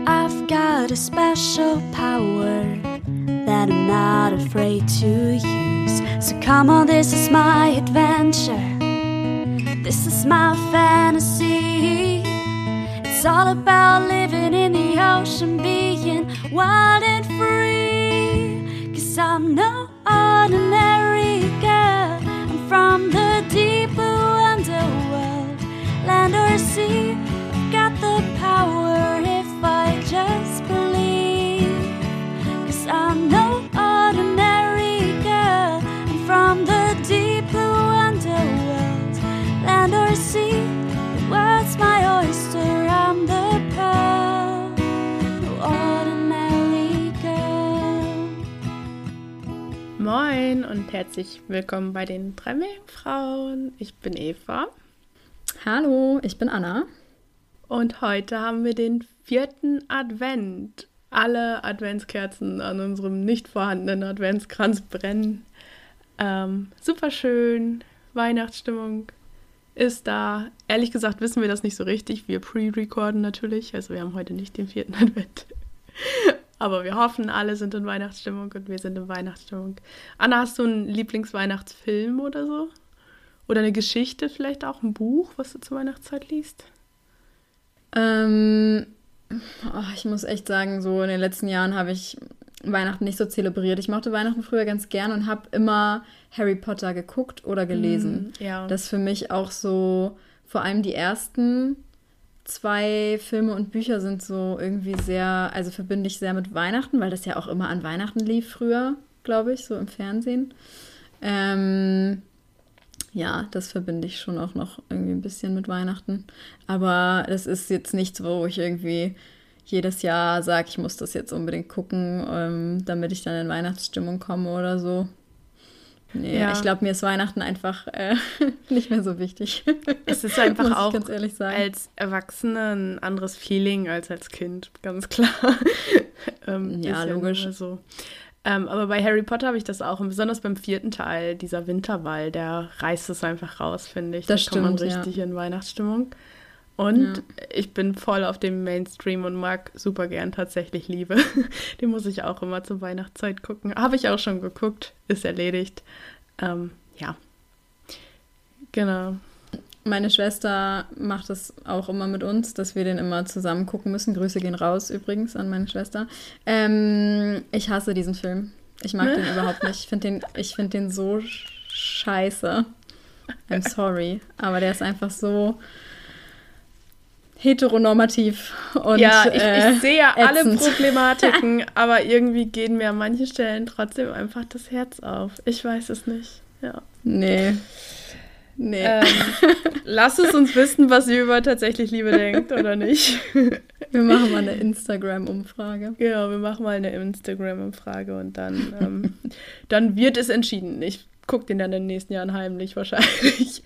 I've got a special power that I'm not afraid to use. So come on, this is my adventure. This is my fantasy. It's all about living in the ocean, being wild and free. 'Cause I'm no ordinary girl. I'm from the deep blue underworld, land or sea. I've got the power if I just believe. 'Cause I'm no ordinary girl. I'm from the deep blue underworld, land or sea. The world's my oyster. I'm the pearl, no ordinary girl. Moin und herzlich willkommen bei den 3 Meerjungfrauen. Ich bin Eva. Hallo, ich bin Anna. Und heute haben wir den 4. Advent. Alle Adventskerzen an unserem nicht vorhandenen Adventskranz brennen. Super schön. Weihnachtsstimmung ist da. Ehrlich gesagt wissen wir das nicht so richtig. Wir pre-recorden natürlich. Also wir haben heute nicht den 4. Advent. Aber wir hoffen, alle sind in Weihnachtsstimmung und wir sind in Weihnachtsstimmung. Anna, hast du einen Lieblingsweihnachtsfilm oder so? Oder eine Geschichte vielleicht auch, ein Buch, was du zur Weihnachtszeit liest? Ich muss echt sagen, so in den letzten Jahren habe ich Weihnachten nicht so zelebriert. Ich mochte Weihnachten früher ganz gern und habe immer Harry Potter geguckt oder gelesen. Ja. Das für mich auch so, vor allem die ersten 2 Filme und Bücher sind so irgendwie sehr, also verbinde ich sehr mit Weihnachten, weil das ja auch immer an Weihnachten lief früher, glaube ich, so im Fernsehen. Ja, das verbinde ich schon auch noch irgendwie ein bisschen mit Weihnachten. Aber das ist jetzt nichts, wo ich irgendwie jedes Jahr sage, ich muss das jetzt unbedingt gucken, damit ich dann in Weihnachtsstimmung komme oder so. Nee, Ja. Ich glaube, mir ist Weihnachten einfach nicht mehr so wichtig. Es ist einfach Muss ich auch ganz ehrlich sagen. als Erwachsene ein anderes Feeling als Kind, ganz klar. Ja, ist logisch. nur so. Aber bei Harry Potter habe ich das auch, und besonders beim 4. Teil, dieser Winterwall, der reißt es einfach raus, finde ich. Das Da kommt man stimmt, ja. richtig in Weihnachtsstimmung. Und Ja. ich bin voll auf dem Mainstream und mag super gern tatsächlich Liebe. Den muss ich auch immer zur Weihnachtszeit gucken. Habe ich auch schon geguckt, ist erledigt. Ja, genau. Meine Schwester macht das auch immer mit uns, dass wir den immer zusammen gucken müssen. Grüße gehen raus übrigens an meine Schwester. Ich hasse diesen Film. Ich mag den überhaupt nicht. Ich find den so scheiße. I'm sorry. Aber der ist einfach so heteronormativ und Ja, ich sehe alle ätzend. Problematiken, aber irgendwie gehen mir an manchen Stellen trotzdem einfach das Herz auf. Ich weiß es nicht. Ja. Nee. Lasst es uns wissen, was ihr über tatsächlich Liebe denkt oder nicht. Wir machen mal eine Instagram-Umfrage. Genau, wir machen mal eine Instagram-Umfrage und dann wird es entschieden. Ich gucke den dann in den nächsten Jahren heimlich wahrscheinlich.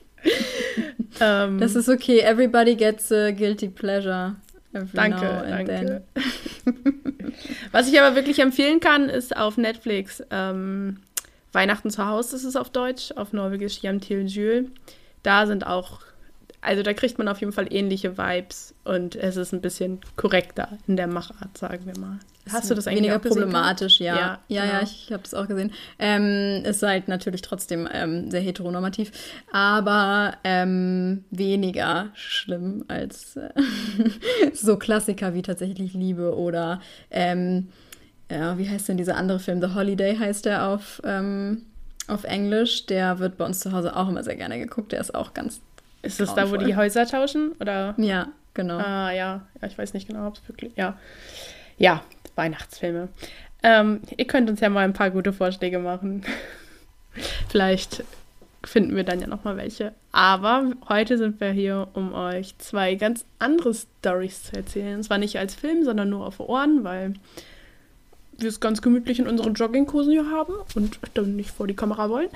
Das ist okay. Everybody gets a guilty pleasure. Every Danke, now and danke. then. Was ich aber wirklich empfehlen kann, ist auf Netflix Weihnachten zu Hause, das ist auf Deutsch, auf Norwegisch Hjem til jul. Da sind auch, also da kriegt man auf jeden Fall ähnliche Vibes und es ist ein bisschen korrekter in der Machart, sagen wir mal. Hast du das eigentlich weniger auch gesehen? problematisch, ja. Ja, genau. ich habe das auch gesehen. Ist halt natürlich trotzdem sehr heteronormativ, aber weniger schlimm als so Klassiker wie tatsächlich Liebe oder ja, wie heißt denn dieser andere Film? The Holiday heißt der auf Englisch. Der wird bei uns zu Hause auch immer sehr gerne geguckt. Der ist auch ganz Ist das da, wo die Häuser tauschen? Oder? Ja, genau. Ah, ja, ich weiß nicht genau, ob es wirklich, ja, Weihnachtsfilme. Ihr könnt uns ja mal ein paar gute Vorschläge machen. Vielleicht finden wir dann ja noch mal welche. Aber heute sind wir hier, um euch 2 ganz andere Storys zu erzählen. Und zwar nicht als Film, sondern nur auf Ohren, weil wir es ganz gemütlich in unseren Jogginghosen hier haben und dann nicht vor die Kamera wollen.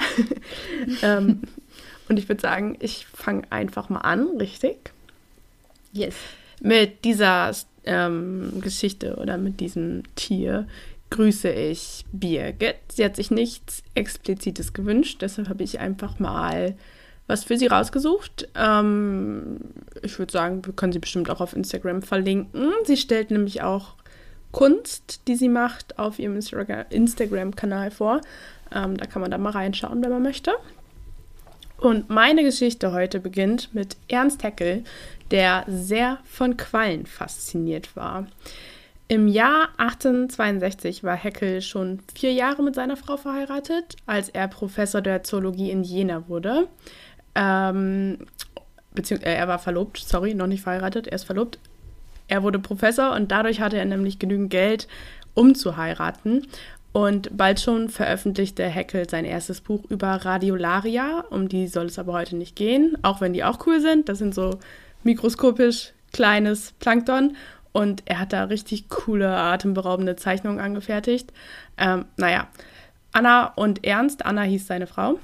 Und ich würde sagen, ich fange einfach mal an, richtig? Yes. Mit dieser Geschichte oder mit diesem Tier grüße ich Birgit. Sie hat sich nichts Explizites gewünscht, deshalb habe ich einfach mal was für sie rausgesucht. ich würde sagen, wir können sie bestimmt auch auf Instagram verlinken. Sie stellt nämlich auch Kunst, die sie macht, auf ihrem Instagram-Kanal vor. Da kann man da mal reinschauen, wenn man möchte. Und meine Geschichte heute beginnt mit Ernst Haeckel, der sehr von Quallen fasziniert war. Im Jahr 1862 war Haeckel schon 4 Jahre mit seiner Frau verheiratet, als er Professor der Zoologie in Jena wurde. Beziehungsweise er war verlobt, noch nicht verheiratet, er ist verlobt. Er wurde Professor und dadurch hatte er nämlich genügend Geld, um zu heiraten. Und bald schon veröffentlichte Haeckel sein erstes Buch über Radiolaria, um die soll es aber heute nicht gehen, auch wenn die auch cool sind. Das sind so mikroskopisch kleines Plankton und er hat da richtig coole, atemberaubende Zeichnungen angefertigt. Anna und Ernst, Anna hieß seine Frau,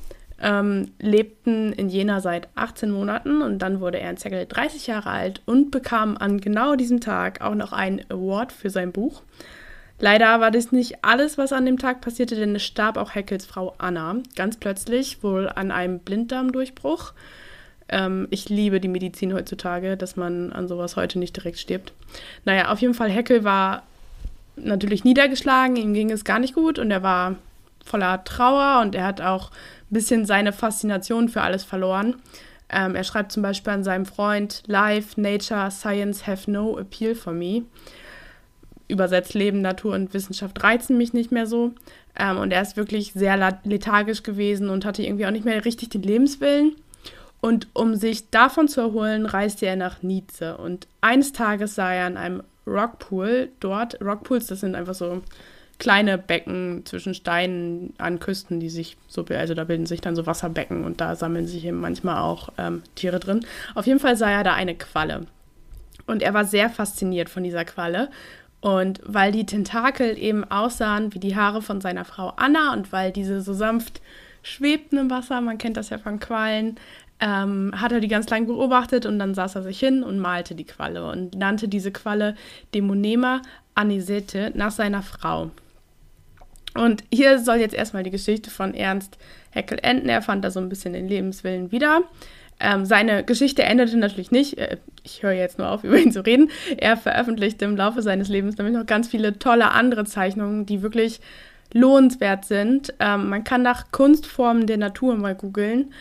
lebten in Jena seit 18 Monaten und dann wurde Ernst Haeckel 30 Jahre alt und bekam an genau diesem Tag auch noch einen Award für sein Buch. Leider war das nicht alles, was an dem Tag passierte, denn es starb auch Haeckels Frau Anna, ganz plötzlich, wohl an einem Blinddarmdurchbruch. Ich liebe die Medizin heutzutage, dass man an sowas heute nicht direkt stirbt. Auf jeden Fall, Haeckel war natürlich niedergeschlagen, ihm ging es gar nicht gut und er war voller Trauer und er hat auch ein bisschen seine Faszination für alles verloren. Er schreibt zum Beispiel an seinem Freund, Life, Nature, Science have no appeal for me. Übersetzt, Leben, Natur und Wissenschaft reizen mich nicht mehr so. Und er ist wirklich sehr lethargisch gewesen und hatte irgendwie auch nicht mehr richtig den Lebenswillen. Und um sich davon zu erholen, reiste er nach Nice. Und eines Tages sah er an einem Rockpool dort. Rockpools, das sind einfach so kleine Becken zwischen Steinen an Küsten, die sich so, also da bilden sich dann so Wasserbecken und da sammeln sich eben manchmal auch Tiere drin. Auf jeden Fall sah er da eine Qualle. Und er war sehr fasziniert von dieser Qualle. Und weil die Tentakel eben aussahen wie die Haare von seiner Frau Anna und weil diese so sanft schwebten im Wasser, man kennt das ja von Quallen, hat er die ganz lang beobachtet und dann saß er sich hin und malte die Qualle und nannte diese Qualle Demonema anisete nach seiner Frau. Und hier soll jetzt erstmal die Geschichte von Ernst Haeckel enden. Er fand da so ein bisschen den Lebenswillen wieder. Seine Geschichte endete natürlich nicht. Ich höre jetzt nur auf, über ihn zu reden. Er veröffentlichte im Laufe seines Lebens nämlich noch ganz viele tolle andere Zeichnungen, die wirklich lohnenswert sind. Man kann nach Kunstformen der Natur mal googeln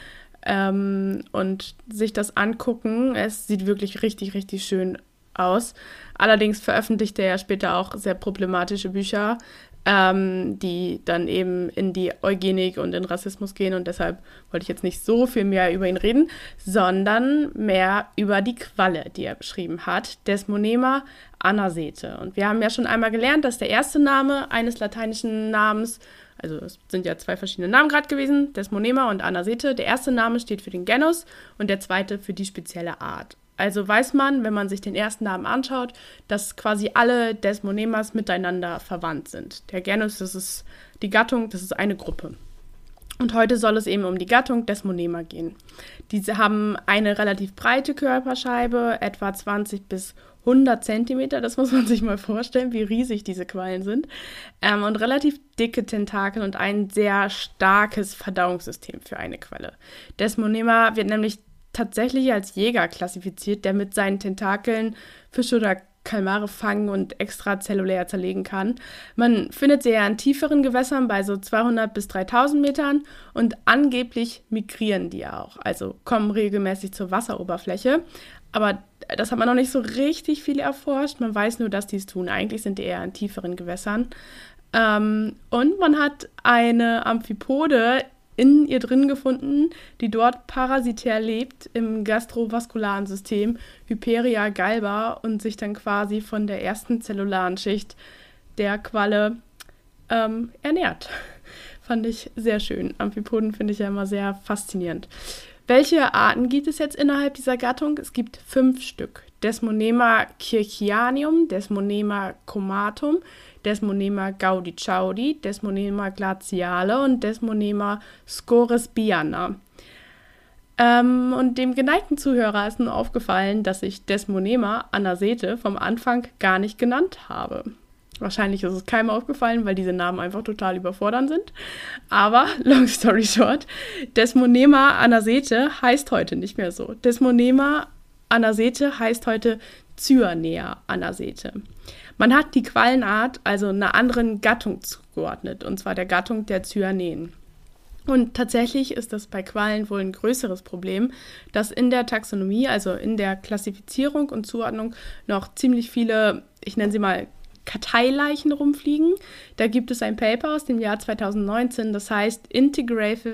und sich das angucken. Es sieht wirklich richtig, richtig schön aus. Allerdings veröffentlichte er später auch sehr problematische Bücher, die dann eben in die Eugenik und in Rassismus gehen und deshalb wollte ich jetzt nicht so viel mehr über ihn reden, sondern mehr über die Qualle, die er beschrieben hat, Desmonema anasete. Und wir haben ja schon einmal gelernt, dass der erste Name eines lateinischen Namens, also es sind ja 2 verschiedene Namen gerade gewesen, Desmonema und Anasete, der erste Name steht für den Genus und der zweite für die spezielle Art. Also weiß man, wenn man sich den ersten Namen anschaut, dass quasi alle Desmonemas miteinander verwandt sind. Der Genus, das ist die Gattung, das ist eine Gruppe. Und heute soll es eben um die Gattung Desmonema gehen. Diese haben eine relativ breite Körperscheibe, etwa 20 bis 100 Zentimeter, das muss man sich mal vorstellen, wie riesig diese Quallen sind. Und relativ dicke Tentakel und ein sehr starkes Verdauungssystem für eine Qualle. Desmonema wird nämlich tatsächlich als Jäger klassifiziert, der mit seinen Tentakeln Fische oder Kalmare fangen und extrazellulär zerlegen kann. Man findet sie eher in tieferen Gewässern bei so 200 bis 3000 Metern und angeblich migrieren die auch, also kommen regelmäßig zur Wasseroberfläche. Aber das hat man noch nicht so richtig viel erforscht. Man weiß nur, dass die es tun. Eigentlich sind die eher in tieferen Gewässern. Und man hat eine Amphipode in ihr drin gefunden, die dort parasitär lebt im gastrovaskularen System, Hyperia galba, und sich dann quasi von der ersten zellularen Schicht der Qualle ernährt. Fand ich sehr schön. Amphipoden finde ich ja immer sehr faszinierend. Welche Arten gibt es jetzt innerhalb dieser Gattung? Es gibt 5 Stück. Desmonema kirchianium, Desmonema comatum, Desmonema gaudichaudi, Desmonema glaciale und Desmonema scoresbiana. Und dem geneigten Zuhörer ist nun aufgefallen, dass ich Desmonema anasete vom Anfang gar nicht genannt habe. Wahrscheinlich ist es keinem aufgefallen, weil diese Namen einfach total überfordernd sind. Aber, long story short, Desmonema anasete heißt heute nicht mehr so. Desmonema Anasete heißt heute Cyanea-Anasete. Man hat die Quallenart also einer anderen Gattung zugeordnet, und zwar der Gattung der Cyaneen. Und tatsächlich ist das bei Quallen wohl ein größeres Problem, dass in der Taxonomie, also in der Klassifizierung und Zuordnung, noch ziemlich viele, ich nenne sie mal, Karteileichen rumfliegen. Da gibt es ein Paper aus dem Jahr 2019, das heißt Integrative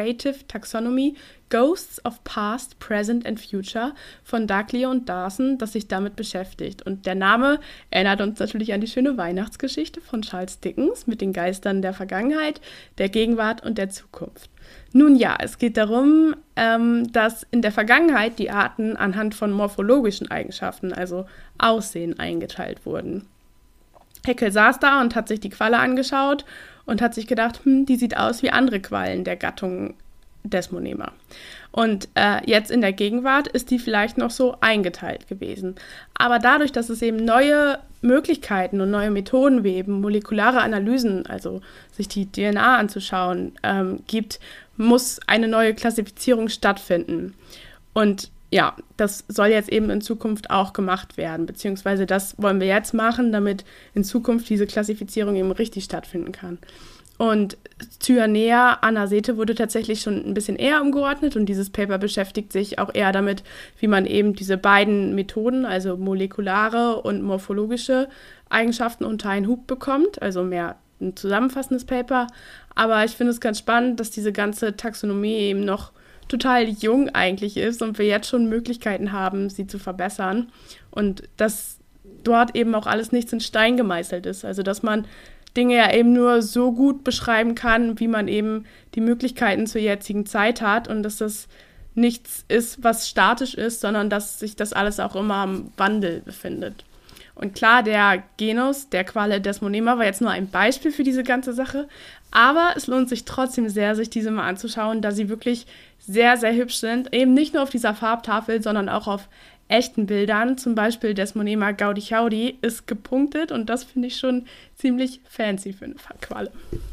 Taxonomy, Ghosts of Past, Present and Future von Dagley und Dawson, das sich damit beschäftigt. Und der Name erinnert uns natürlich an die schöne Weihnachtsgeschichte von Charles Dickens mit den Geistern der Vergangenheit, der Gegenwart und der Zukunft. Nun ja, es geht darum, dass in der Vergangenheit die Arten anhand von morphologischen Eigenschaften, also Aussehen, eingeteilt wurden. Haeckel saß da und hat sich die Qualle angeschaut und hat sich gedacht, die sieht aus wie andere Quallen der Gattung Desmonema. Und jetzt in der Gegenwart ist die vielleicht noch so eingeteilt gewesen. Aber dadurch, dass es eben neue Möglichkeiten und neue Methoden wie eben molekulare Analysen, also sich die DNA anzuschauen, gibt, muss eine neue Klassifizierung stattfinden. Und ja, das soll jetzt eben in Zukunft auch gemacht werden, beziehungsweise das wollen wir jetzt machen, damit in Zukunft diese Klassifizierung eben richtig stattfinden kann. Und Cyanea-Anasete wurde tatsächlich schon ein bisschen eher umgeordnet und dieses Paper beschäftigt sich auch eher damit, wie man eben diese beiden Methoden, also molekulare und morphologische Eigenschaften unter einen Hut bekommt, also mehr ein zusammenfassendes Paper. Aber ich finde es ganz spannend, dass diese ganze Taxonomie eben noch total jung eigentlich ist und wir jetzt schon Möglichkeiten haben, sie zu verbessern und dass dort eben auch alles nichts in Stein gemeißelt ist. Also dass man Dinge ja eben nur so gut beschreiben kann, wie man eben die Möglichkeiten zur jetzigen Zeit hat und dass das nichts ist, was statisch ist, sondern dass sich das alles auch immer am Wandel befindet. Und klar, der Genus der Qualle Desmonema war jetzt nur ein Beispiel für diese ganze Sache, aber es lohnt sich trotzdem sehr, sich diese mal anzuschauen, da sie wirklich sehr, sehr hübsch sind. Eben nicht nur auf dieser Farbtafel, sondern auch auf echten Bildern. Zum Beispiel Desmonema gaudi-chaudi ist gepunktet und das finde ich schon ziemlich fancy für eine Qualle.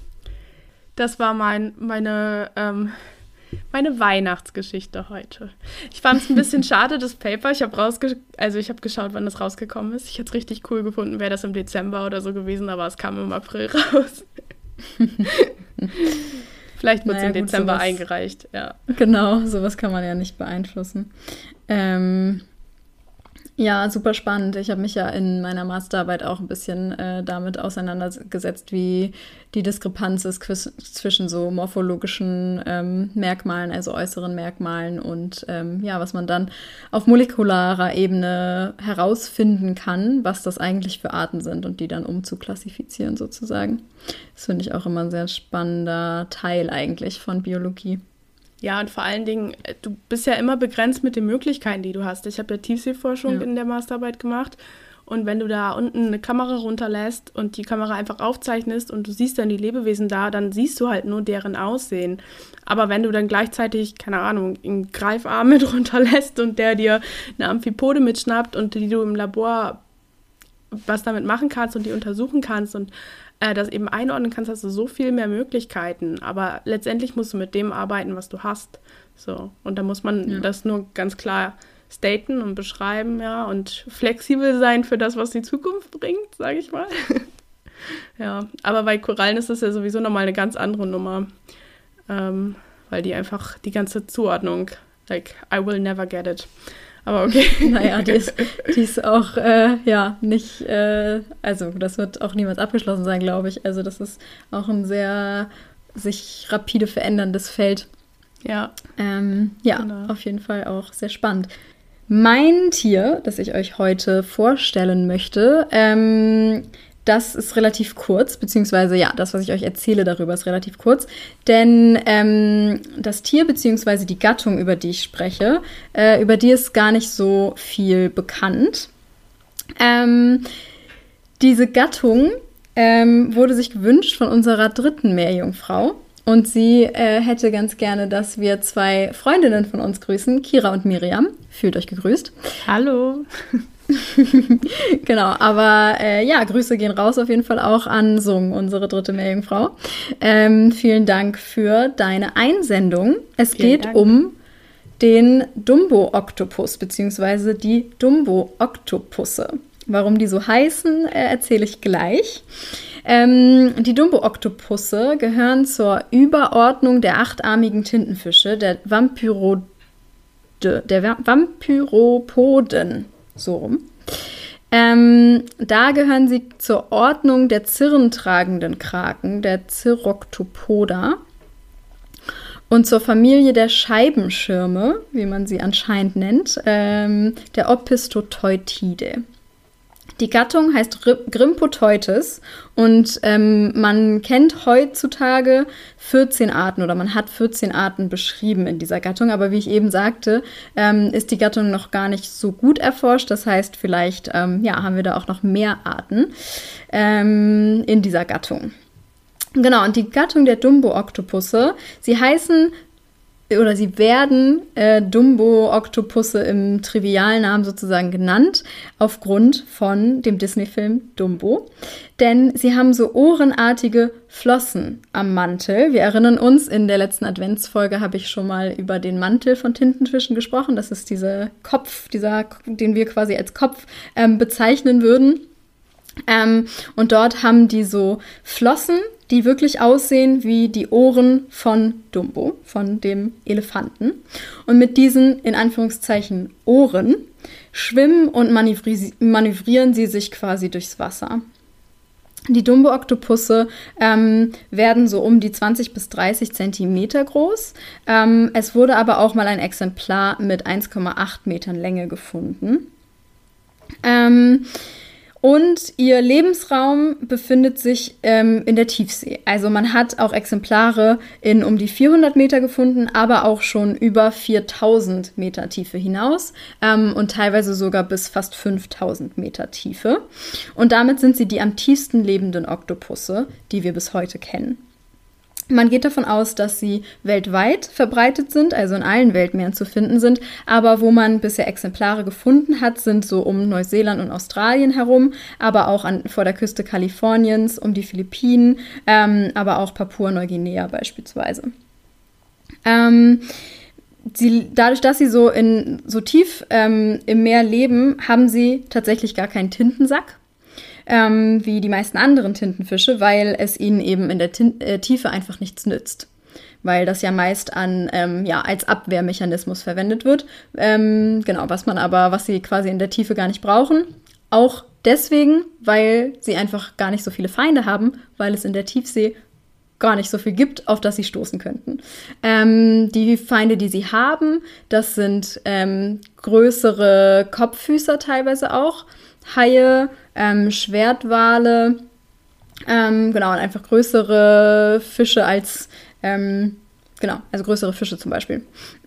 Das war meine Weihnachtsgeschichte heute. Ich fand es ein bisschen schade, das Paper. Ich habe geschaut, wann das rausgekommen ist. Ich hätte es richtig cool gefunden, wäre das im Dezember oder so gewesen, aber es kam im April raus. Vielleicht wird es im Dezember eingereicht, ja. Genau, sowas kann man ja nicht beeinflussen. Ja, super spannend. Ich habe mich ja in meiner Masterarbeit auch ein bisschen damit auseinandergesetzt, wie die Diskrepanz ist zwischen so morphologischen Merkmalen, also äußeren Merkmalen und was man dann auf molekularer Ebene herausfinden kann, was das eigentlich für Arten sind und die dann umzuklassifizieren sozusagen. Das finde ich auch immer ein sehr spannender Teil eigentlich von Biologie. Ja, und vor allen Dingen, du bist ja immer begrenzt mit den Möglichkeiten, die du hast. Ich habe ja Tiefseeforschung in der Masterarbeit gemacht und wenn du da unten eine Kamera runterlässt und die Kamera einfach aufzeichnest und du siehst dann die Lebewesen da, dann siehst du halt nur deren Aussehen. Aber wenn du dann gleichzeitig, keine Ahnung, einen Greifarm mit runterlässt und der dir eine Amphipode mitschnappt und die du im Labor was damit machen kannst und die untersuchen kannst und das eben einordnen kannst, hast du so viel mehr Möglichkeiten. Aber letztendlich musst du mit dem arbeiten, was du hast. So. Und da muss man das nur ganz klar staten und beschreiben, ja, und flexibel sein für das, was die Zukunft bringt, sage ich mal. Ja, aber bei Korallen ist das ja sowieso nochmal eine ganz andere Nummer. Weil die einfach die ganze Zuordnung, like, I will never get it. Aber okay. Naja, die ist auch, nicht, also das wird auch niemals abgeschlossen sein, glaube ich. Also das ist auch ein sehr sich rapide veränderndes Feld. Ja. Genau. Auf jeden Fall auch sehr spannend. Mein Tier, das ich euch heute vorstellen möchte, das ist relativ kurz, beziehungsweise das, was ich euch erzähle darüber, ist relativ kurz. Denn das Tier, beziehungsweise die Gattung, über die ich spreche, über die ist gar nicht so viel bekannt. Diese Gattung wurde sich gewünscht von unserer dritten Meerjungfrau. Und sie hätte ganz gerne, dass wir 2 Freundinnen von uns grüßen, Kira und Miriam. Fühlt euch gegrüßt. Hallo. Genau, aber Grüße gehen raus auf jeden Fall auch an Sung, unsere dritte Meerjungfrau. Vielen Dank für deine Einsendung. Es geht um den Dumbo-Oktopus bzw. die Dumbo-Oktopusse. Warum die so heißen, erzähle ich gleich. Die Dumbo-Oktopusse gehören zur Überordnung der achtarmigen Tintenfische, der Vampyropoden, so rum. Da gehören sie zur Ordnung der zirrentragenden Kraken, der Cirroctopoda, und zur Familie der Scheibenschirme, wie man sie anscheinend nennt, der Opisthoteutidae. Die Gattung heißt Grimpoteutes und man kennt heutzutage 14 Arten oder man hat 14 Arten beschrieben in dieser Gattung. Aber wie ich eben sagte, ist die Gattung noch gar nicht so gut erforscht. Das heißt, vielleicht haben wir da auch noch mehr Arten in dieser Gattung. Genau, und die Gattung der Dumbo-Oktopusse, sie werden Dumbo-Oktopusse im Trivialnamen sozusagen genannt, aufgrund von dem Disney-Film Dumbo. Denn sie haben so ohrenartige Flossen am Mantel. Wir erinnern uns, in der letzten Adventsfolge habe ich schon mal über den Mantel von Tintenfischen gesprochen. Das ist dieser Kopf, den wir quasi als Kopf bezeichnen würden. Und dort haben die so Flossen, die wirklich aussehen wie die Ohren von Dumbo, von dem Elefanten. Und mit diesen, in Anführungszeichen, Ohren schwimmen und manövrieren sie sich quasi durchs Wasser. Die Dumbo-Oktopusse werden so um die 20 bis 30 Zentimeter groß. Es wurde aber auch mal ein Exemplar mit 1,8 Metern Länge gefunden. Und ihr Lebensraum befindet sich in der Tiefsee. Also man hat auch Exemplare in um die 400 Meter gefunden, aber auch schon über 4000 Meter Tiefe hinaus und teilweise sogar bis fast 5000 Meter Tiefe. Und damit sind sie die am tiefsten lebenden Oktopusse, die wir bis heute kennen. Man geht davon aus, dass sie weltweit verbreitet sind, also in allen Weltmeeren zu finden sind. Aber wo man bisher Exemplare gefunden hat, sind so um Neuseeland und Australien herum, aber auch vor der Küste Kaliforniens, um die Philippinen, aber auch Papua-Neuguinea beispielsweise. Dadurch, dass sie so tief im Meer leben, haben sie tatsächlich gar keinen Tintensack. Wie die meisten anderen Tintenfische, weil es ihnen eben in der Tiefe einfach nichts nützt. Weil das ja meist als Abwehrmechanismus verwendet wird. Was sie quasi in der Tiefe gar nicht brauchen. Auch deswegen, weil sie einfach gar nicht so viele Feinde haben, weil es in der Tiefsee gar nicht so viel gibt, auf das sie stoßen könnten. Die Feinde, die sie haben, das sind größere Kopffüßer teilweise auch, Haie, Schwertwale, und einfach größere Fische als, also größere Fische zum Beispiel.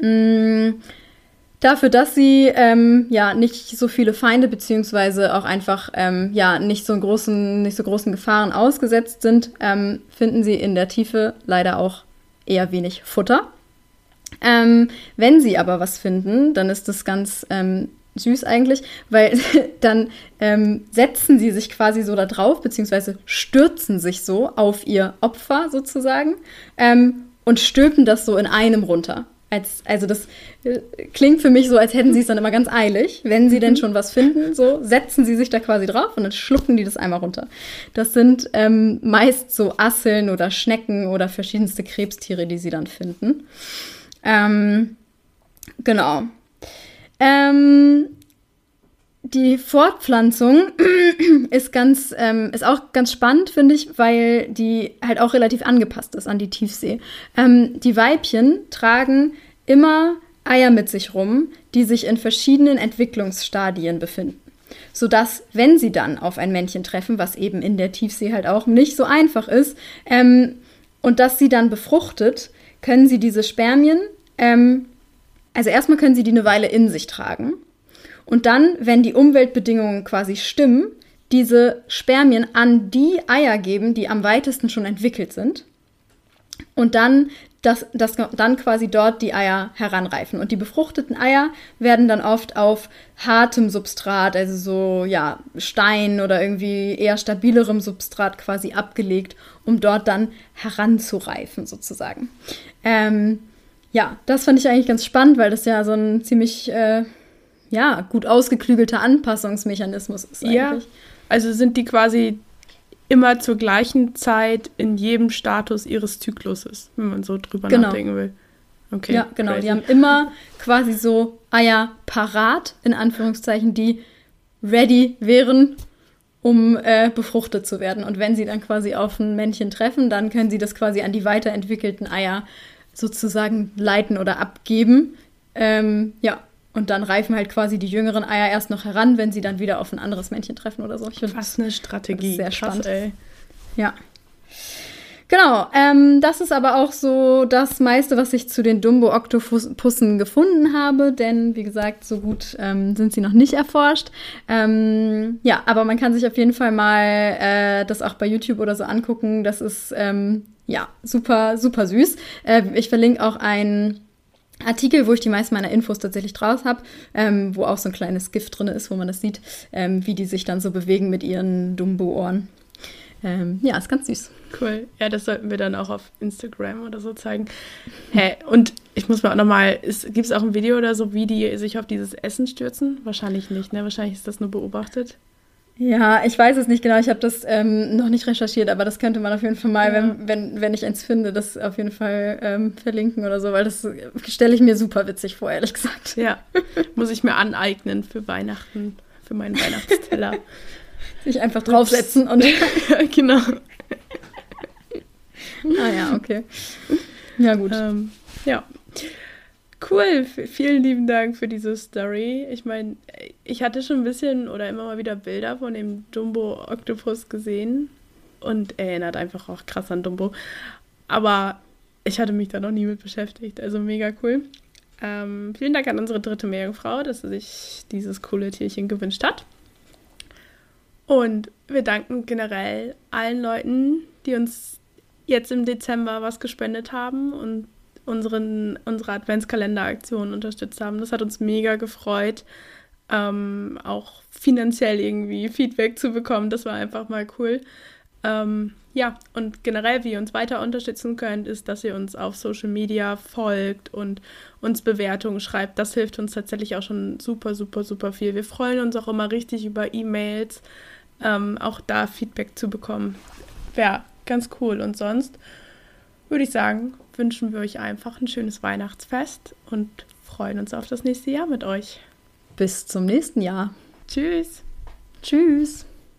Dafür, dass sie nicht so viele Feinde beziehungsweise auch einfach nicht so großen Gefahren ausgesetzt sind, finden sie in der Tiefe leider auch eher wenig Futter. Wenn sie aber was finden, dann ist das ganz süß eigentlich, weil dann setzen sie sich quasi so da drauf, beziehungsweise stürzen sich so auf ihr Opfer sozusagen und stülpen das so in einem runter. Also das klingt für mich so, als hätten sie es dann immer ganz eilig. Wenn sie denn schon was finden, so setzen sie sich da quasi drauf und dann schlucken die das einmal runter. Das sind meist so Asseln oder Schnecken oder verschiedenste Krebstiere, die sie dann finden. Genau. Die Fortpflanzung ist auch ganz spannend, finde ich, weil die halt auch relativ angepasst ist an die Tiefsee. Die Weibchen tragen immer Eier mit sich rum, die sich in verschiedenen Entwicklungsstadien befinden. Sodass, wenn sie dann auf ein Männchen treffen, was eben in der Tiefsee halt auch nicht so einfach ist, und das sie dann befruchtet, können sie diese Spermien, also erstmal können sie die eine Weile in sich tragen. Und dann, wenn die Umweltbedingungen quasi stimmen, diese Spermien an die Eier geben, die am weitesten schon entwickelt sind. Und dann, dann quasi dort die Eier heranreifen. Und die befruchteten Eier werden dann oft auf hartem Substrat, also so, Stein oder irgendwie eher stabilerem Substrat quasi abgelegt, um dort dann heranzureifen sozusagen. Ja, das fand ich eigentlich ganz spannend, weil das ja so ein ziemlich gut ausgeklügelter Anpassungsmechanismus ist eigentlich. Ja, also sind die quasi immer zur gleichen Zeit in jedem Status ihres Zykluses, wenn man so drüber nachdenken will. Okay, ja, genau. crazy. Die haben immer quasi so Eier parat, in Anführungszeichen, die ready wären, um befruchtet zu werden. Und wenn sie dann quasi auf ein Männchen treffen, dann können sie das quasi an die weiterentwickelten Eier sozusagen leiten oder abgeben. Und dann reifen halt quasi die jüngeren Eier erst noch heran, wenn sie dann wieder auf ein anderes Männchen treffen oder so. Ich finde, was eine Strategie. Das ist sehr spannend. Ey. Ja. Genau, das ist aber auch so das meiste, was ich zu den Dumbo-Oktopussen gefunden habe, denn wie gesagt, so gut sind sie noch nicht erforscht. Aber man kann sich auf jeden Fall mal das auch bei YouTube oder so angucken. Das ist super, super süß. Ich verlinke auch einen Artikel, wo ich die meisten meiner Infos tatsächlich draus habe, wo auch so ein kleines GIF drin ist, wo man das sieht, wie die sich dann so bewegen mit ihren Dumbo-Ohren. Ist ganz süß. Cool. Ja, das sollten wir dann auch auf Instagram oder so zeigen. Und ich muss mal auch nochmal, gibt es auch ein Video oder so, wie die sich auf dieses Essen stürzen? Wahrscheinlich nicht, ne? Wahrscheinlich ist das nur beobachtet. Ja, ich weiß es nicht genau. Ich habe das noch nicht recherchiert, aber das könnte man auf jeden Fall mal, wenn ich eins finde, das auf jeden Fall verlinken oder so, weil das stelle ich mir super witzig vor, ehrlich gesagt. Ja, muss ich mir aneignen für Weihnachten, für meinen Weihnachtsteller. Sich einfach draufsetzen und genau. Okay. Ja, gut. Cool, vielen lieben Dank für diese Story. Ich meine, ich hatte schon ein bisschen oder immer mal wieder Bilder von dem Dumbo-Oktopus gesehen und erinnert einfach auch krass an Dumbo. Aber ich hatte mich da noch nie mit beschäftigt, also mega cool. Vielen Dank an unsere dritte Meerjungfrau, dass sie sich dieses coole Tierchen gewünscht hat. Und wir danken generell allen Leuten, die uns jetzt im Dezember was gespendet haben und unsere Adventskalender-Aktion unterstützt haben. Das hat uns mega gefreut, auch finanziell irgendwie Feedback zu bekommen. Das war einfach mal cool. Und generell, wie ihr uns weiter unterstützen könnt, ist, dass ihr uns auf Social Media folgt und uns Bewertungen schreibt. Das hilft uns tatsächlich auch schon super, super, super viel. Wir freuen uns auch immer richtig über E-Mails, auch da Feedback zu bekommen. Wäre ganz cool. Und sonst würde ich sagen, wünschen wir euch einfach ein schönes Weihnachtsfest und freuen uns auf das nächste Jahr mit euch. Bis zum nächsten Jahr. Tschüss. Tschüss.